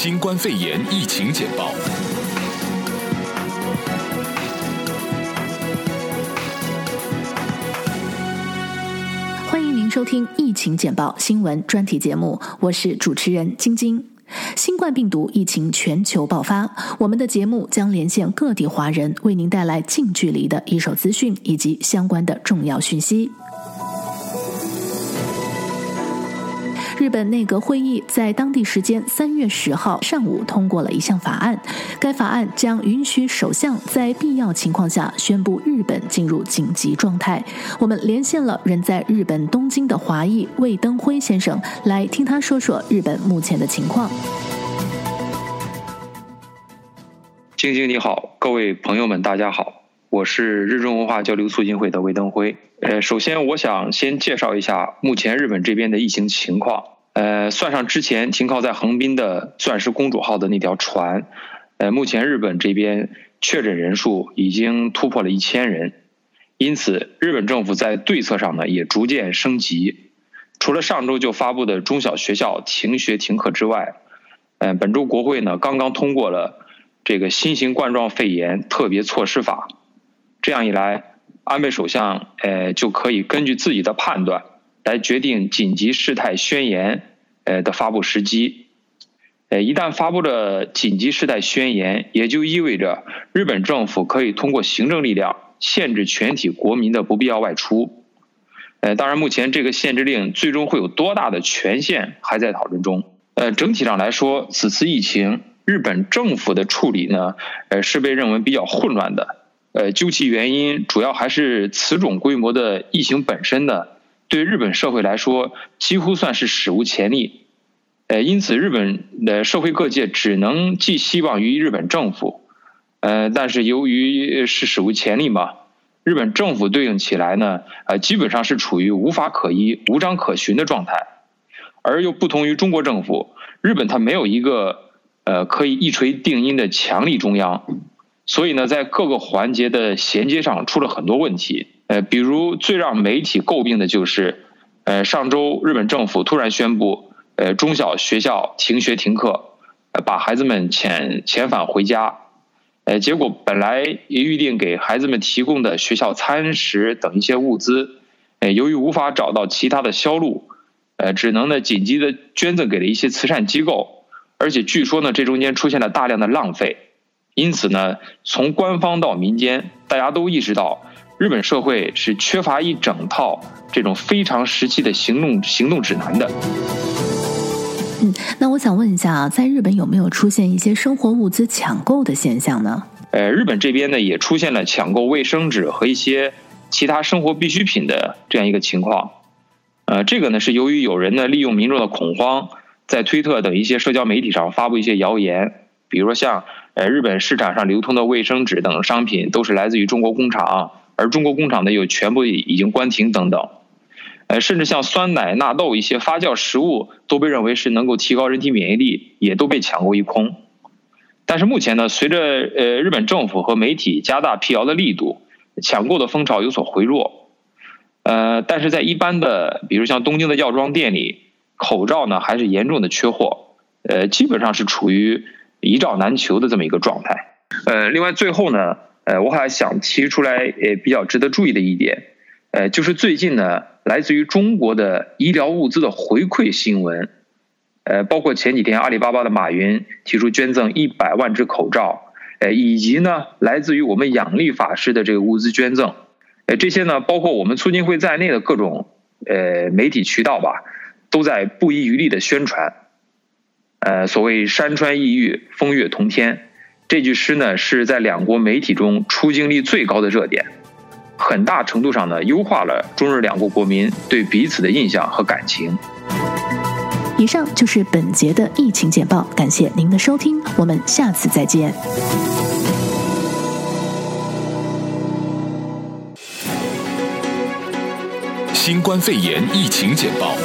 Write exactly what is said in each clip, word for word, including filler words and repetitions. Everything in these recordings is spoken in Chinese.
新冠肺炎疫情简报。 欢迎您收听疫情简报新闻专题节目，我是主持人晶晶。新冠病毒疫情全球爆发，我们的节目将连线各地华人，为您带来近距离的一手资讯以及相关的重要讯息。日本内阁会议在当地时间三月十号上午通过了一项法案，该法案将允许首相在必要情况下宣布日本进入紧急状态。我们连线了人在日本东京的华裔魏登辉先生，来听他说说日本目前的情况。 晶晶你好，各位朋友们大家好，我是日中文化交流促进会的魏登辉。呃，首先我想先介绍一下目前日本这边的疫情情况。呃，算上之前停靠在横滨的钻石公主号的那条船，呃，目前日本这边确诊人数已经突破了一千人，因此日本政府在对策上呢也逐渐升级。除了上周就发布的中小学校停学停课之外，呃，本周国会呢刚刚通过了这个新型冠状肺炎特别措施法，这样一来，安倍首相呃就可以根据自己的判断来决定紧急事态宣言呃的发布时机。呃，一旦发布了紧急事态宣言，也就意味着日本政府可以通过行政力量限制全体国民的不必要外出。呃，当然，目前这个限制令最终会有多大的权限还在讨论中。呃，整体上来说，此次疫情日本政府的处理呢，呃，是被认为比较混乱的。呃，究其原因，主要还是此种规模的疫情本身呢，对日本社会来说几乎算是史无前例。呃，因此日本的社会各界只能寄希望于日本政府。呃，但是由于是史无前例嘛，日本政府对应起来呢，呃，基本上是处于无法可依、无章可循的状态。而又不同于中国政府，日本它没有一个呃可以一锤定音的强力中央。所以呢，在各个环节的衔接上出了很多问题。呃，比如最让媒体诟病的就是，呃，上周日本政府突然宣布，呃，中小学校停学停课，呃，把孩子们遣遣返回家。呃，结果本来预定给孩子们提供的学校餐食等一些物资，呃，由于无法找到其他的销路，呃，只能呢紧急的捐赠给了一些慈善机构，而且据说呢，这中间出现了大量的浪费。因此呢，从官方到民间，大家都意识到日本社会是缺乏一整套这种非常时期的行动行动指南的。 嗯，那我想问一下啊，在日本有没有出现一些生活物资抢购的现象呢？ 呃，日本这边呢也出现了抢购卫生纸和一些其他生活必需品的这样一个情况。呃，这个呢是由于有人呢利用民众的恐慌，在推特等一些社交媒体上发布一些谣言。比如说像呃日本市场上流通的卫生纸等商品都是来自于中国工厂，而中国工厂呢又全部已经关停等等。呃，甚至像酸奶、纳豆一些发酵食物都被认为是能够提高人体免疫力，也都被抢购一空。但是目前呢，随着呃日本政府和媒体加大辟谣的力度，抢购的风潮有所回弱。呃，但是在一般的，比如像东京的药妆店里，口罩呢还是严重的缺货，呃，基本上是处于一罩难求的这么一个状态。呃，另外最后呢，呃，我还想提出来，呃，比较值得注意的一点，呃，就是最近呢，来自于中国的医疗物资的回馈新闻，呃，包括前几天阿里巴巴的马云提出捐赠一百万只口罩，呃，以及呢，来自于我们养力法师的这个物资捐赠，呃，这些呢，包括我们促进会在内的各种呃媒体渠道吧，都在不遗余力的宣传。呃，所谓山川异域，风月同天，这句诗呢是在两国媒体中出镜率最高的热点，很大程度上呢优化了中日两国国民对彼此的印象和感情。 以上就是本节的疫情简报，感谢您的收听，我们下次再见。 新冠肺炎疫情简报。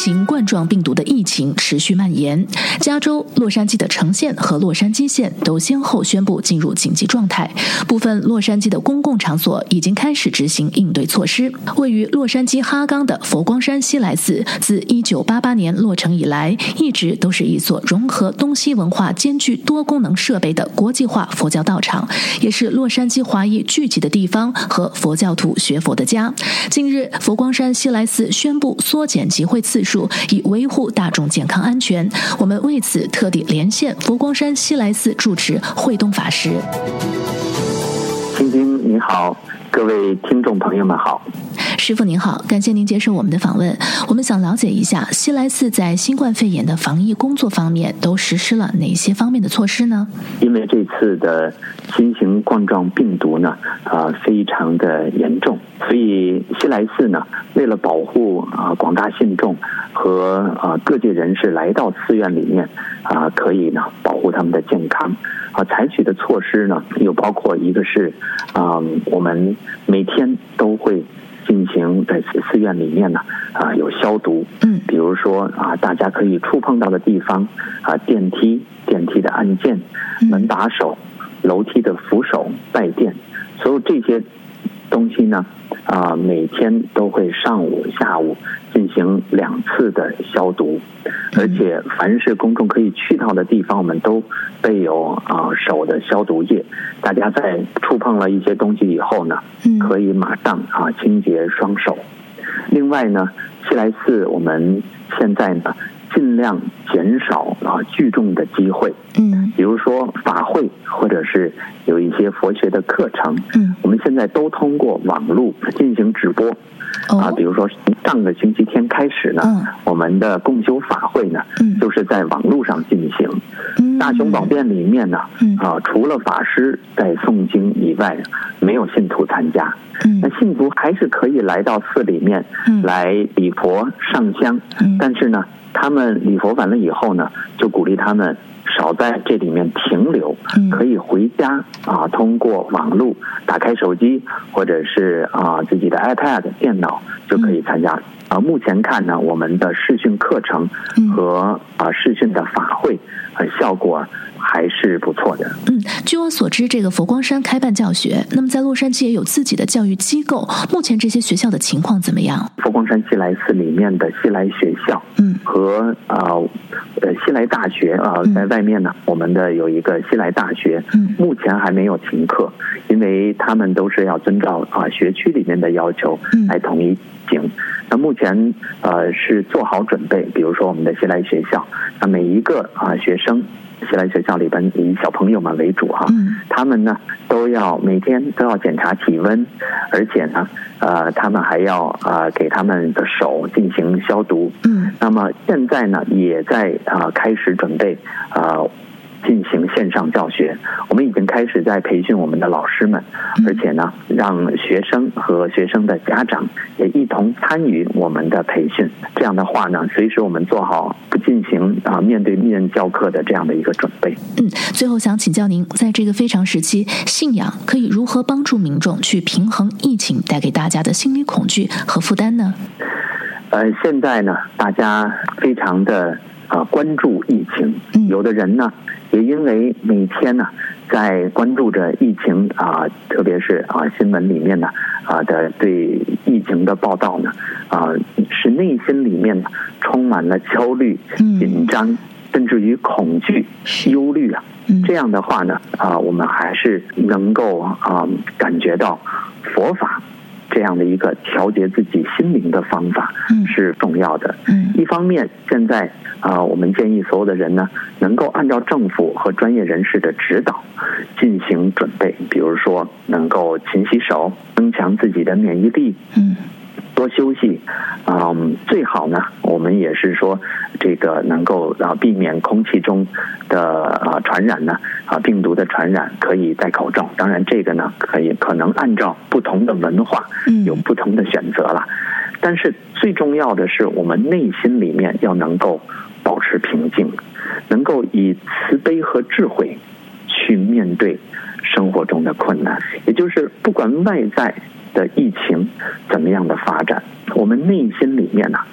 型冠状病毒的疫情持续蔓延，加州、洛杉矶的城县和洛杉矶县都先后宣布进入紧急状态，部分洛杉矶的公共场所已经开始执行应对措施。位于洛杉矶哈冈的佛光山西来寺，自一九八八年落成以来，一直都是一所融合东西文化、兼具多功能设备的国际化佛教道场，也是洛杉矶华裔聚集的地方和佛教徒学佛的家。近日，佛光山西来寺宣布缩减集会次数，以维护大众健康安全。我们为此特地连线佛光山西来寺住持慧东法师。 青青你好，各位听众朋友们好。 师父您好，感谢您接受我们的访问。我们想了解一下西来寺在新冠肺炎的防疫工作方面都实施了哪些方面的措施呢？ 因为这次的新型冠状病毒呢，啊、呃，非常的严重，所以西来寺呢，为了保护啊、呃、广大信众和啊、呃、各界人士来到寺院里面啊、呃，可以呢保护他们的健康啊、呃，采取的措施呢，有包括一个是啊、呃，我们每天都会进行在寺院里面呢啊、呃、有消毒，嗯，比如说啊大家可以触碰到的地方啊电梯、电梯的按键、门把手、楼梯的扶手、拜垫，所有这些东西呢啊、呃、每天都会上午、下午进行两次的消毒，而且凡是公众可以去到的地方，我们都备有啊、呃、手的消毒液。大家在触碰了一些东西以后呢，可以马上啊清洁双手。另外呢，西来寺我们现在呢尽量减少啊聚众的机会，嗯，比如说法会或者是有一些佛学的课程，嗯，我们现在都通过网络进行直播。啊，比如说上个星期天开始呢，嗯、我们的共修法会呢，嗯、就是在网络上进行。嗯、大雄宝殿里面呢，嗯、啊，除了法师在诵经以外，没有信徒参加。嗯、那信徒还是可以来到寺里面、嗯、来礼佛上香，嗯、但是呢，他们礼佛完了以后呢，就鼓励他们少在这里面停留，可以回家啊，通过网络打开手机或者是啊自己的 iPad 电脑就可以参加。啊，目前看呢，我们的视讯课程和啊视讯的法会，呃，效果还是不错的。 嗯，据我所知，这个佛光山开办教学，那么在洛杉矶也有自己的教育机构。目前这些学校的情况怎么样？ 佛光山西来寺里面的西来学校，嗯，和啊呃西来大学啊、呃，在外面呢，我们的有一个西来大学，嗯，目前还没有停课，因为他们都是要遵照啊、呃、学区里面的要求来统一行。嗯、那目前呃是做好准备，比如说我们的西来学校，那每一个啊、呃、学生。西来学校里边以小朋友们为主哈、啊，嗯、他们呢都要每天都要检查体温，而且呢，呃，他们还要呃给他们的手进行消毒。嗯，那么现在呢也在啊、呃、开始准备啊。呃进行线上教学，我们已经开始在培训我们的老师们，而且呢，让学生和学生的家长也一同参与我们的培训。这样的话呢，随时我们做好进行啊面对面教课的这样的一个准备。 嗯，最后想请教您，在这个非常时期，信仰可以如何帮助民众去平衡疫情带给大家的心理恐惧和负担呢？ 呃，现在呢，大家非常的啊、呃、关注疫情，有的人呢。也因为每天呢，在关注着疫情啊、呃，特别是啊、呃、新闻里面呢啊、呃、的对疫情的报道呢啊、呃，使内心里面呢充满了焦虑、紧张，甚至于恐惧、忧虑啊。这样的话呢啊、呃，我们还是能够啊、呃、感觉到佛法这样的一个调节自己心灵的方法是重要的。嗯，一方面现在啊、呃，我们建议所有的人呢，能够按照政府和专业人士的指导进行准备，比如说能够勤洗手，增强自己的免疫力。嗯。多休息，嗯，最好呢，我们也是说，这个能够啊避免空气中的啊传染呢，啊病毒的传染，可以戴口罩。当然，这个呢，可以可能按照不同的文化有不同的选择了。但是最重要的是，我们内心里面要能够保持平静，能够以慈悲和智慧去面对生活中的困难，也就是不管外在的疫情怎么样的发展，我们内心里面呢、啊，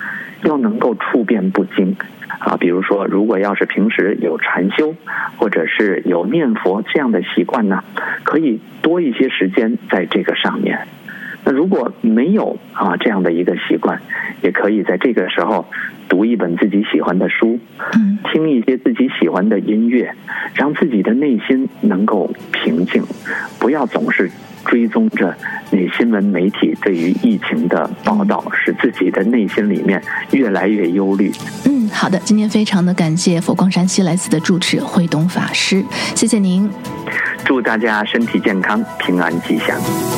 要能够处变不惊啊。比如说，如果要是平时有禅修或者是有念佛这样的习惯呢，可以多一些时间在这个上面。那如果没有啊这样的一个习惯，也可以在这个时候读一本自己喜欢的书，听一些自己喜欢的音乐，让自己的内心能够平静，不要总是追踪着那新闻媒体对于疫情的报道，使自己的内心里面越来越忧虑。 嗯，好的，今天非常的感谢佛光山西来寺的住持慧东法师，谢谢您， 祝大家身体健康，平安吉祥。